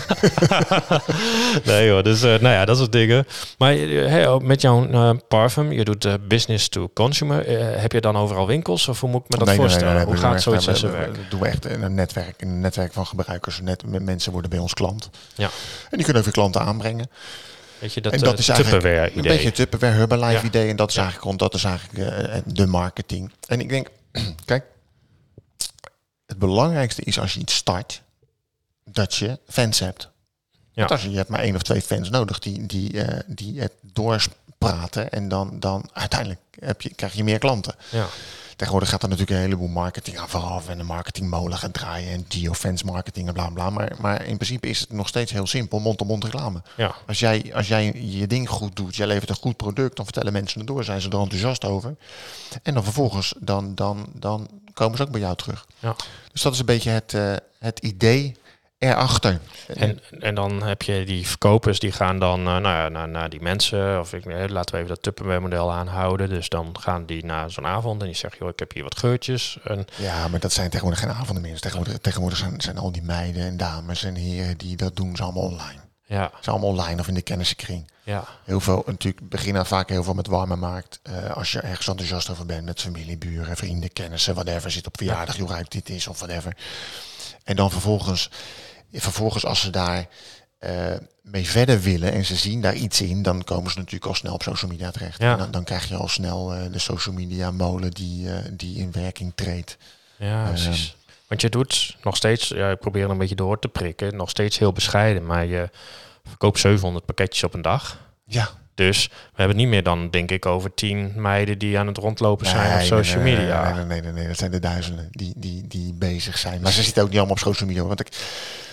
nee hoor, dus uh, nou ja, dat soort dingen. Maar uh, hey, met jouw uh, parfum, je doet uh, business to consumer. Uh, heb je dan overal winkels of hoe moet ik me dat nee, voorstellen? Nee, nee, nee, hoe gaat zoiets in zijn werk? Dat doen we echt in een netwerk, in een netwerk van gebruikers. Net, met mensen worden bij ons klant. Ja. En die kunnen even klanten aanbrengen. Weet je, dat, en dat uh, is eigenlijk Tupperware-idee. Een beetje Tupperware, Herbalife ja. idee. En dat is ja. eigenlijk rond, dat is eigenlijk uh, de marketing. En ik denk, kijk, het belangrijkste is als je iets start, dat je fans hebt. Ja. Want als je, je hebt maar één of twee fans nodig die, die, uh, die het doorspraten. En dan, dan uiteindelijk heb je, krijg je meer klanten. Ja. Tegenwoordig gaat er natuurlijk een heleboel marketing aan vooraf en een marketingmolen gaan draaien en geofans marketing en bla bla. Maar, maar in principe is het nog steeds heel simpel, mond-to-mond reclame. Ja. Als jij, als jij je ding goed doet, jij levert een goed product, dan vertellen mensen het door, zijn ze er enthousiast over. En dan vervolgens, dan, dan, dan komen ze ook bij jou terug. Ja. Dus dat is een beetje het, uh, het idee erachter. En, en dan heb je die verkopers die gaan dan uh, nou ja, naar, naar die mensen, of ik, eh, laten we even dat Tupperware model aanhouden. Dus dan gaan die naar zo'n avond en die zeggen, joh, ik heb hier wat geurtjes. En ja, maar dat zijn tegenwoordig geen avonden meer. Tegenwoordig, tegenwoordig zijn, zijn al die meiden en dames en heren die dat doen, ze allemaal online. Ja. Ze allemaal online of in de kennissenkring. Ja. Heel veel, natuurlijk beginnen vaak heel veel met warme markt. Uh, als je ergens enthousiast over bent met familie, buren, vrienden, kennissen, whatever, zit op verjaardag, hoe ruikt dit is of whatever. En dan vervolgens Vervolgens, als ze daar uh, mee verder willen en ze zien daar iets in, dan komen ze natuurlijk al snel op social media terecht. Ja. En dan, dan krijg je al snel uh, de social media molen die, uh, die in werking treedt. Ja, uh, precies. Want je doet nog steeds, ja, ik probeer er een beetje door te prikken, nog steeds heel bescheiden, maar je verkoopt zevenhonderd pakketjes op een dag. Ja. Dus we hebben niet meer dan, denk ik, over tien meiden die aan het rondlopen zijn nee, op social nee, nee, media. Nee, nee, nee, nee, nee, dat zijn de duizenden die, die, die bezig zijn. Maar ze zitten ook niet allemaal op social media. Want ik,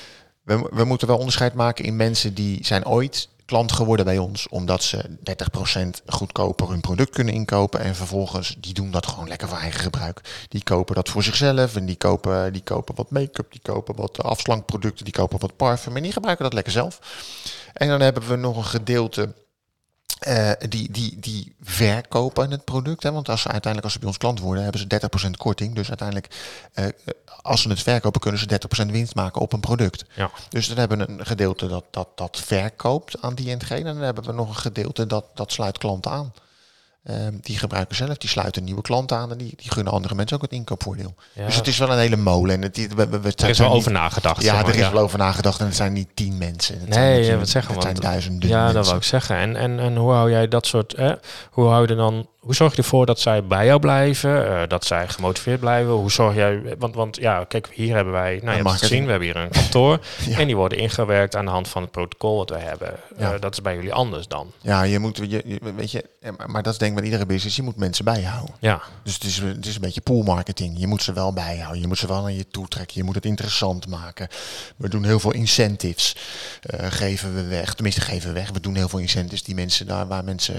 we, we moeten wel onderscheid maken in mensen die zijn ooit klant geworden bij ons, omdat ze dertig procent goedkoper hun product kunnen inkopen en vervolgens die doen dat gewoon lekker voor eigen gebruik. Die kopen dat voor zichzelf en die kopen, die kopen wat make-up, die kopen wat afslankproducten, die kopen wat parfum en die gebruiken dat lekker zelf. En dan hebben we nog een gedeelte Uh, die, die, die verkopen het product. Hè? Want als ze uiteindelijk, als ze bij ons klant worden, hebben ze dertig procent korting. Dus uiteindelijk, uh, als ze het verkopen, kunnen ze dertig procent winst maken op een product. Ja. Dus dan hebben we een gedeelte dat, dat, dat verkoopt aan die en gene. En dan hebben we nog een gedeelte dat, dat sluit klanten aan. Uh, die gebruiken zelf, die sluiten nieuwe klanten aan en die, die gunnen andere mensen ook het inkoopvoordeel. Ja. Dus het is wel een hele molen. En het, we, we, we er is wel niet, over nagedacht. Ja, zeg maar, er is ja. wel over nagedacht en het zijn niet tien mensen. Het nee, zijn, ja, wat zeggen we? Het zijn duizenden ja, mensen. dat wou ik zeggen. En, en, en hoe hou jij dat soort... Eh, hoe hou je dan... Hoe zorg je ervoor dat zij bij jou blijven? Uh, dat zij gemotiveerd blijven? Hoe zorg jij... Want, want ja, kijk, hier hebben wij... Nou, je hebt het gezien, we hebben hier een kantoor. ja. En die worden ingewerkt aan de hand van het protocol wat wij hebben. Ja. Uh, dat is bij jullie anders dan. Ja, je moet... Je, je, weet je, maar dat is denk ik met iedere business. Je moet mensen bijhouden. Ja. Dus het is, het is een beetje poolmarketing. Je moet ze wel bijhouden. Je moet ze wel naar je toe trekken. Je moet het interessant maken. We doen heel veel incentives. Uh, geven we weg. Tenminste, geven we weg. We doen heel veel incentives die mensen daar waar mensen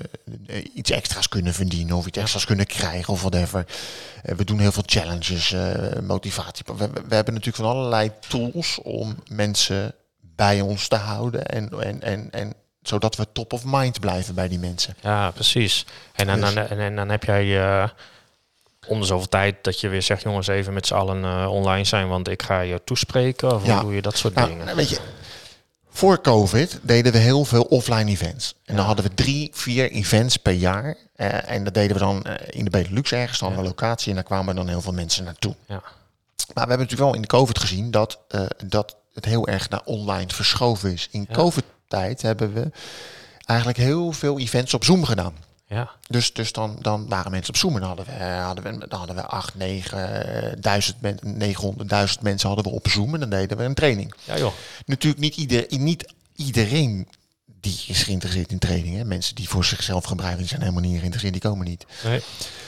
uh, iets extra's kunnen verdienen of iets extra's kunnen krijgen of whatever. Uh, we doen heel veel challenges, uh, motivatie. We, we, we hebben natuurlijk van allerlei tools om mensen bij ons te houden en, en, en, en zodat we top of mind blijven bij die mensen. Ja, precies. En dan, dus. dan, en, en dan heb jij uh, om de zoveel tijd dat je weer zegt, jongens, even met z'n allen uh, online zijn, want ik ga je toespreken. Of ja. Hoe doe je dat soort nou, dingen? Nou, weet je, voor COVID deden we heel veel offline events. En ja. dan hadden we drie, vier events per jaar. Uh, en dat deden we dan uh, in de Benelux ergens, dan ja. een locatie. En daar kwamen dan heel veel mensen naartoe. Ja. Maar we hebben natuurlijk wel in de COVID gezien dat, uh, dat het heel erg naar online verschoven is. In ja. COVID-tijd hebben we eigenlijk heel veel events op Zoom gedaan. Ja. Dus, dus dan, dan waren mensen op Zoom en dan hadden we, hadden we, dan hadden we acht, negen, duizend, negenhonderd, duizend mensen hadden we op Zoom en dan deden we een training. Ja, joh. Natuurlijk niet, ieder, niet iedereen die is geïnteresseerd in training. Hè. Mensen die voor zichzelf gebruiken, die zijn helemaal niet geïnteresseerd, die komen niet. Nee.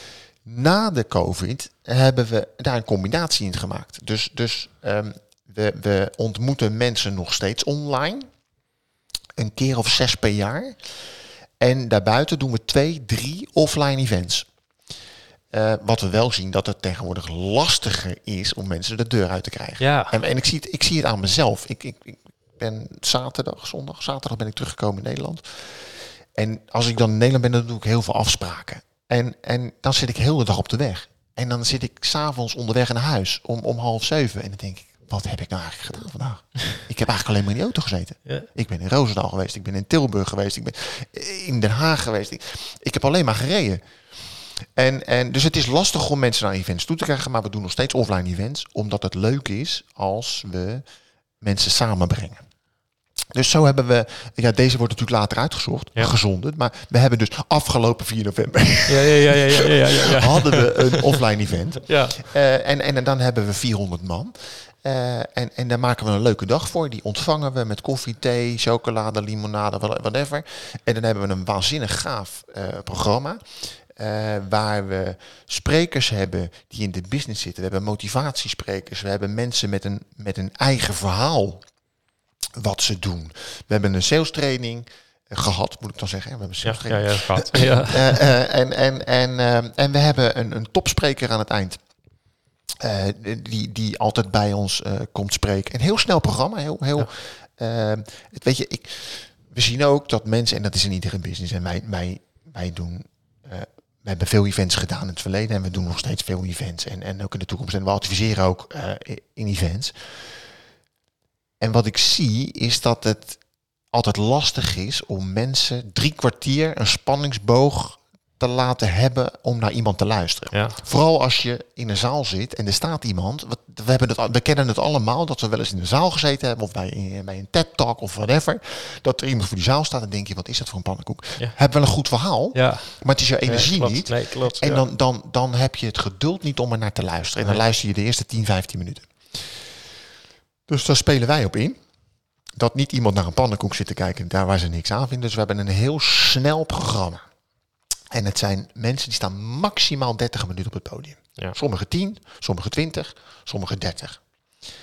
Na de COVID hebben we daar een combinatie in gemaakt. Dus, dus um, we, we ontmoeten mensen nog steeds online. Een keer of zes per jaar. En daarbuiten doen we twee, drie offline events. Uh, wat we wel zien, dat het tegenwoordig lastiger is om mensen de deur uit te krijgen. Ja. En, en ik, zie het, ik zie het aan mezelf. Ik, ik, ik ben zaterdag, zondag, zaterdag ben ik teruggekomen in Nederland. En als ik dan in Nederland ben, dan doe ik heel veel afspraken. En, en dan zit ik heel de dag op de weg. En dan zit ik s'avonds onderweg naar huis om, om half zeven. En dan denk ik, wat heb ik nou eigenlijk gedaan vandaag? Ik heb eigenlijk alleen maar in die auto gezeten. Ja. Ik ben in Roosendaal geweest, ik ben in Tilburg geweest, ik ben in Den Haag geweest. Ik, ik heb alleen maar gereden. En, en dus het is lastig om mensen naar events toe te krijgen, maar we doen nog steeds offline events, omdat het leuk is als we mensen samenbrengen. Dus zo hebben we, ja, deze wordt natuurlijk later uitgezocht, ja. gezonden, maar we hebben dus afgelopen vier november ja, ja, ja, ja, ja, ja, ja, ja. hadden we een offline event. Ja. Uh, en, en dan hebben we vierhonderd man. Uh, en, en daar maken we een leuke dag voor. Die ontvangen we met koffie, thee, chocolade, limonade, whatever. En dan hebben we een waanzinnig gaaf uh, programma. Uh, waar we sprekers hebben die in de business zitten. We hebben motivatiesprekers. We hebben mensen met een, met een eigen verhaal wat ze doen. We hebben een sales training gehad, moet ik dan zeggen. We hebben een sales training ja, ja, ja, gehad. Ja. uh, uh, en, en, en, uh, en we hebben een, een topspreker aan het eind. Uh, die, die altijd bij ons uh, komt spreken. Een heel snel programma. Heel, heel, ja. uh, weet je, ik, we zien ook dat mensen, en dat is in iedere business, en wij, wij, wij doen, uh, we hebben veel events gedaan in het verleden en we doen nog steeds veel events. En, en ook in de toekomst. En we adviseren ook uh, in events. En wat ik zie is dat het altijd lastig is om mensen drie kwartier een spanningsboog te laten hebben om naar iemand te luisteren. Ja. Vooral als je in een zaal zit en er staat iemand. We, hebben het, we kennen het allemaal dat we wel eens in een zaal gezeten hebben of bij, bij een TED-talk of whatever. Dat er iemand voor die zaal staat en denk je, wat is dat voor een pannenkoek? Ja. Heb wel een goed verhaal, ja. maar het is je energie nee, klopt. niet. Nee, klopt, en ja. dan, dan, dan heb je het geduld niet om er naar te luisteren. En dan nee. luister je de eerste tien, vijftien minuten. Dus daar spelen wij op in. Dat niet iemand naar een pannenkoek zit te kijken daar waar ze niks aan vinden. Dus we hebben een heel snel programma. En het zijn mensen die staan maximaal dertig minuten op het podium. Ja. Sommige tien, sommige twintig, sommige dertig.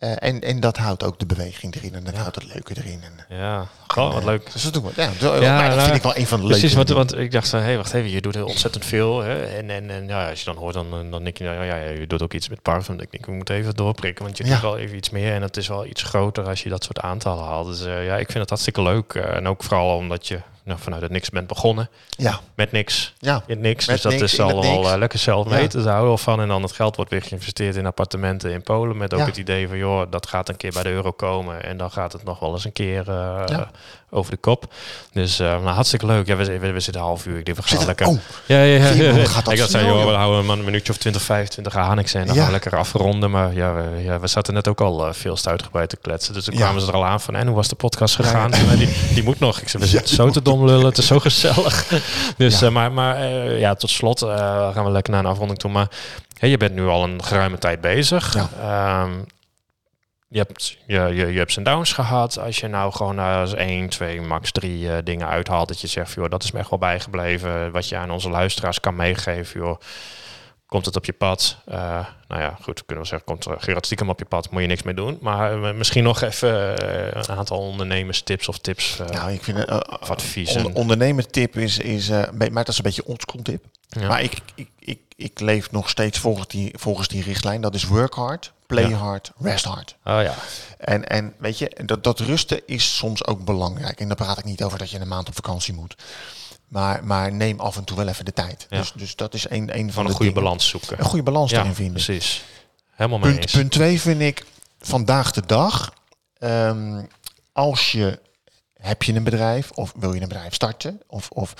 Uh, en, en dat houdt ook de beweging erin en dat ja. houdt het leuke erin. En, ja, oh, wat leuk. Dus dat doen we. Ja, zo, ja, maar dat nou, vind ik wel een van de precies, leuke want, want ik dacht, hé, hey, wacht even, je doet heel ontzettend veel. Hè? En, en, en ja, als je dan hoort, dan, dan denk je, nou, ja, je doet ook iets met parfum. Ik denk, we moeten even doorprikken, want je ja. doet wel even iets meer. En het is wel iets groter als je dat soort aantallen haalt. Dus uh, ja, ik vind het hartstikke leuk. Uh, en ook vooral omdat je nou, vanuit het niks bent begonnen. Ja. Met niks. Ja. In niks. Met dus dat niks, is al wel uh, lekker zelf ja. weten. Daar houden we van. En dan het geld wordt weer geïnvesteerd in appartementen in Polen. Met ook ja. het idee van, joh, dat gaat een keer bij de euro komen. En dan gaat het nog wel eens een keer uh, ja. over de kop. Dus uh, nou, hartstikke leuk. Ja, we, we, we zitten een half uur. Ik denk, we gaan Zit lekker... Oh, ja, ja, ja. ja. Gaat dat ik had snel, zei, joh, we joh. houden een minuutje of twintig, vijfentwintig aan niks. En dan ja. gaan we lekker afronden. Maar ja we, ja, we zaten net ook al uh, veel te uitgebreid te kletsen. Dus toen ja. kwamen ze er al aan van, en hoe was de podcast gegaan? Ja, ja. En die, die moet nog. Ik zei, we zitten ja. zo te dom lullen. Het is zo gezellig. Dus, ja. uh, maar, maar uh, ja, tot slot uh, gaan we lekker naar een afronding toe. Maar hey, je bent nu al een geruime tijd bezig. Ja. Um, je hebt je, je, je ups en downs gehad. Als je nou gewoon uh, één, twee, max drie uh, dingen uithaalt, dat je zegt, joh, dat is me echt wel bijgebleven. Wat je aan onze luisteraars kan meegeven, joh. Komt het op je pad? Uh, nou ja, goed, kunnen we zeggen, komt er Gerard stiekem op je pad, moet je niks mee doen. Maar uh, misschien nog even uh, een aantal ondernemerstips of tips uh, nou, ik vind, uh, of adviezen. On- ondernemertip is, is uh, maar dat is een beetje oldschool tip. Ja. Maar ik, ik, ik, ik leef nog steeds volgens die, volgens die richtlijn. Dat is work hard, play ja. hard, rest hard. Oh ja. En, en weet je, dat, dat rusten is soms ook belangrijk. En daar praat ik niet over dat je een maand op vakantie moet. Maar, maar neem af en toe wel even de tijd. Ja. Dus, dus dat is een, een van, van de een goede dingen. balans zoeken. Een goede balans ja, erin vinden. Precies. Helemaal mee punt, eens. Punt twee vind ik vandaag de dag. Um, als je heb je een bedrijf of wil je een bedrijf starten? Of, of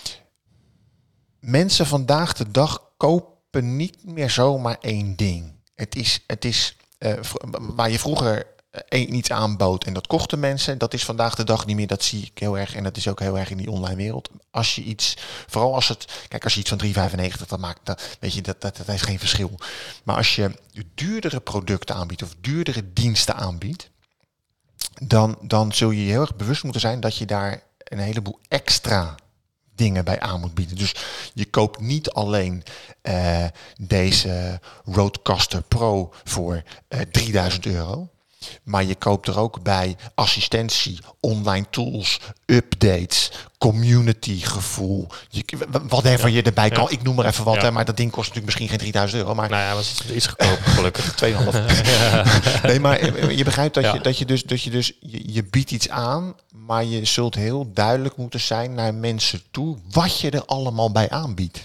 mensen vandaag de dag kopen niet meer zomaar één ding. Het is, het is uh, waar je vroeger één iets aanbood en dat kochten mensen. Dat is vandaag de dag niet meer. Dat zie ik heel erg. En dat is ook heel erg in die online wereld. Als je iets, vooral als het, kijk, als je iets van drie vijfennegentig, dat maakt, dat, weet je, dat, dat, dat heeft geen verschil. Maar als je duurdere producten aanbiedt of duurdere diensten aanbiedt, dan, dan zul je je heel erg bewust moeten zijn dat je daar een heleboel extra dingen bij aan moet bieden. Dus je koopt niet alleen uh, deze Rodecaster Pro voor uh, drieduizend euro. Maar je koopt er ook bij assistentie, online tools, updates, community gevoel. Je, whatever ja. je erbij kan. Ja. Ik noem maar even wat, ja. hè, maar dat ding kost natuurlijk misschien geen drieduizend euro. Maar nou ja, was iets goedkoper, gelukkig. twee komma vijf. Nee, maar je begrijpt dat, ja. je, dat je dus, dat je, dus je, je biedt iets aan, maar je zult heel duidelijk moeten zijn naar mensen toe wat je er allemaal bij aanbiedt.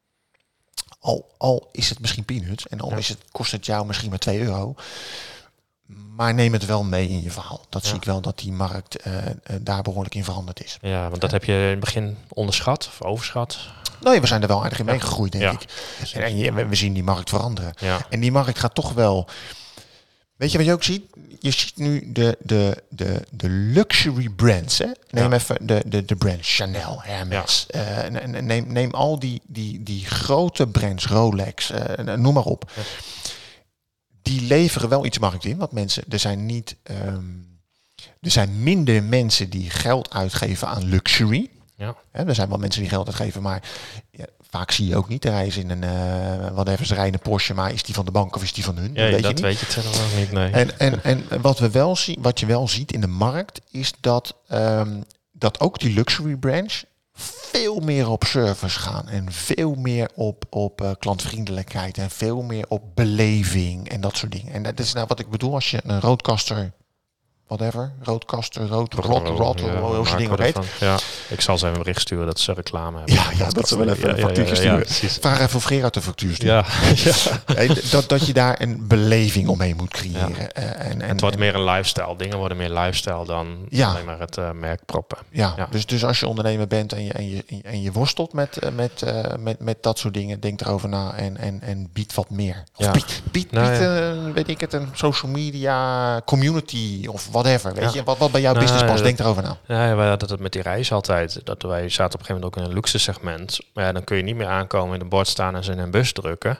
Al, al is het misschien peanuts en al ja. is het, kost het jou misschien maar twee euro. Maar neem het wel mee in je verhaal. Dat ja. zie ik wel dat die markt uh, uh, daar behoorlijk in veranderd is. Ja, want dat ja. heb je in het begin onderschat of overschat? Nee, we zijn er wel aardig in ja. meegegroeid, denk ja. ik. En, en je, we zien die markt veranderen. Ja. En die markt gaat toch wel... Weet je wat je ook ziet? Je ziet nu de, de, de, de luxury brands. Hè? Neem ja. even de, de, de brands Chanel, Hermes. Ja. Uh, neem, neem al die, die, die grote brands, Rolex, uh, noem maar op. Ja. Die leveren wel iets markt in, want mensen, er zijn niet, um, er zijn minder mensen die geld uitgeven aan luxury. Ja. He, er zijn wel mensen die geld uitgeven, maar ja, vaak zie je ook niet. Hij is in een, uh, wat even ze rijden een Porsche, maar is die van de bank of is die van hun? Ja, dat weet dat je niet. weet je het wel niet, nee. En, en, en wat we wel zien, wat je wel ziet in de markt, is dat, um, dat ook die luxury brands veel meer op service gaan en veel meer op, op uh, klantvriendelijkheid en veel meer op beleving en dat soort dingen. En dat is nou wat ik bedoel als je een Rodecaster, whatever, Rodecaster, rood, rot, rot, hoe ze dingen heet. Ja, ik zal ze even een bericht sturen dat ze reclame hebben. Ja, ja dat ze wel even een factuur sturen. Ja, ja, ja, Vraag even of Gerard de factuur stuurt. Ja. ja. dat, dat je daar een beleving omheen moet creëren. Ja. En, en, het wordt en, meer een lifestyle. Dingen worden meer lifestyle dan ja. alleen maar het uh, merk proppen. Ja, ja. Dus, dus als je ondernemer bent en je, en je, en je worstelt met, uh, met, uh, met, met dat soort dingen, denk erover na en, en, en bied wat meer. Of ja. bied, bied, nou, bied ja. uh, weet ik het, een social media community of whatever. Weet ja. je, wat, wat bij jouw nou, business past, ja, denk erover na. Ja, wij hadden het met die reis altijd. Dat wij zaten op een gegeven moment ook in een luxe segment. Maar ja, dan kun je niet meer aankomen in een bord staan en ze in een bus drukken.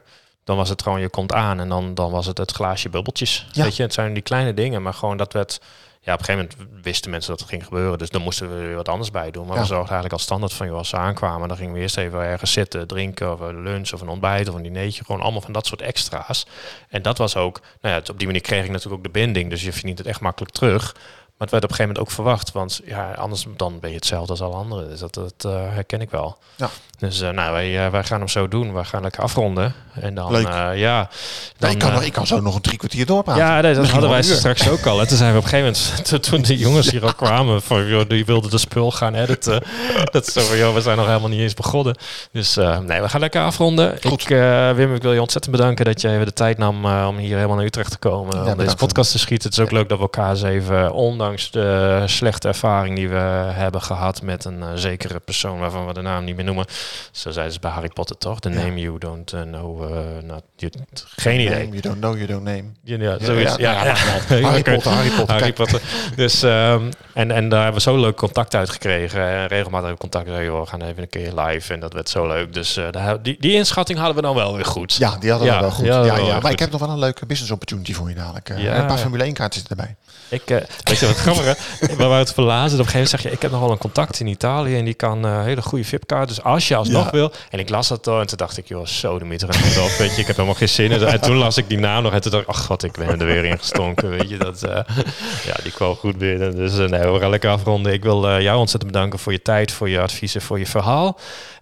Dan was het gewoon, je komt aan en dan, dan was het het glaasje bubbeltjes. Ja. Weet je, het zijn die kleine dingen, maar gewoon dat werd... Ja, op een gegeven moment wisten mensen dat het ging gebeuren. Dus dan moesten we er weer wat anders bij doen. Maar Ja. we zorgden eigenlijk als standaard van... Joh, als ze aankwamen, dan gingen we eerst even ergens zitten, drinken... of een lunch of een ontbijt of een dinertje. Gewoon allemaal van dat soort extra's. En dat was ook... Nou ja, op die manier kreeg ik natuurlijk ook de binding. Dus je verdient het echt makkelijk terug. Maar het werd op een gegeven moment ook verwacht. Want ja, anders dan ben je hetzelfde als alle anderen. Dus dat, dat uh, herken ik wel. Ja. Dus uh, nou, wij, uh, wij gaan hem zo doen. We gaan lekker afronden. En dan, Leuk. Uh, ja... Dan, nee, ik, kan uh, nog, ik kan zo nog een drie kwartier doorpraten. Ja, nee, dat Misschien hadden wij wel een uur. straks ook al. En toen zijn we op een gegeven moment... Toen die jongens hier al kwamen... Van, joh, die wilden de spul gaan editen. Dat is zo van... Joh, we zijn nog helemaal niet eens begonnen. Dus uh, nee, we gaan lekker afronden. Goed. Ik, uh, Wim, ik wil je ontzettend bedanken... dat je even de tijd nam uh, om hier helemaal naar Utrecht te komen. Ja, om deze podcast te schieten. Het is ook leuk dat we elkaar eens even... Ondanks de slechte ervaring die we hebben gehad... met een uh, zekere persoon waarvan we de naam niet meer noemen. Zo zeiden ze bij Harry Potter toch? The name you don't uh, know. Uh, not, you, geen idee. Name, you don't know, you don't name. Ja, ja, zoiets. Ja, ja, ja. Harry Oké. Potter, Harry Potter. Harry Kijk. Potter. Dus, um, en, en daar hebben we zo leuk contact uit gekregen. En regelmatig hebben we contact. Zei, joh, we gaan even een keer live. En dat werd zo leuk. Dus uh, daar, die, die inschatting hadden we dan wel weer goed. Ja, die hadden we Ja, wel goed. ja, Ja, wel ja, weer maar goed. ik heb nog wel een leuke business opportunity voor je dadelijk. Uh, Ja. Een paar Formule één kaarten zitten erbij. Ik, uh, weet je wat grappig hè? We waren het verlazen. Op een gegeven moment zeg je, ik heb nog wel een contact in Italië. En die kan uh, hele goede V I P-kaart. Dus als je alsnog Ja. wil. En ik las dat door. En toen dacht ik, joh, zo de meter en op. Weet je, ik heb helemaal geen zin in. En toen las ik die naam nog. En toen dacht ik, ach god, ik ben er weer in gestonken. Weet je, dat, uh, ja, die kwam goed binnen. Dus uh, nee, we gaan lekker afronden. Ik wil uh, jou ontzettend bedanken voor je tijd, voor je adviezen, voor je verhaal.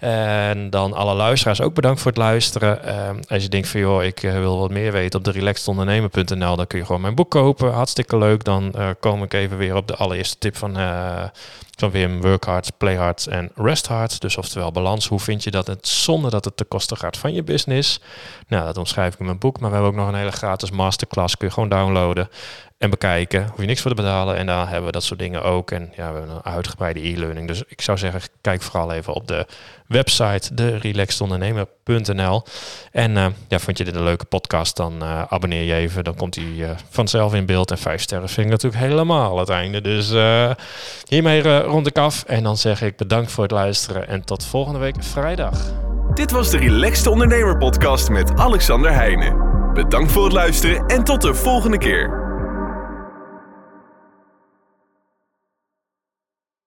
En dan alle luisteraars ook bedankt voor het luisteren. Uh, als je denkt van, joh, ik uh, wil wat meer weten op de relaxed ondernemer punt n l, dan kun je gewoon mijn boek kopen. Hartstikke leuk. Dan uh, kom ik even weer op de allereerste tip van, uh, van Wim. Work hard, play hard en rest hard. Dus oftewel balans. Hoe vind je dat het zonder dat het ten koste gaat van je business? Nou, dat omschrijf ik in mijn boek. Maar we hebben ook nog een hele gratis masterclass. Kun je gewoon downloaden en bekijken. Hoef je niks voor te betalen. En daar hebben we dat soort dingen ook. En ja, we hebben een uitgebreide e-learning. Dus ik zou zeggen, kijk vooral even op de website de relaxed ondernemer punt n l. En uh, ja, vond je dit een leuke podcast, dan uh, abonneer je even. Dan komt hij uh, vanzelf in beeld. En vijf sterren vind ik natuurlijk helemaal het einde. Dus uh, hiermee uh, rond ik af. En dan zeg ik bedankt voor het luisteren. En tot volgende week vrijdag. Dit was de Relaxed Ondernemer podcast met Alexander Heijnen. Bedankt voor het luisteren en tot de volgende keer.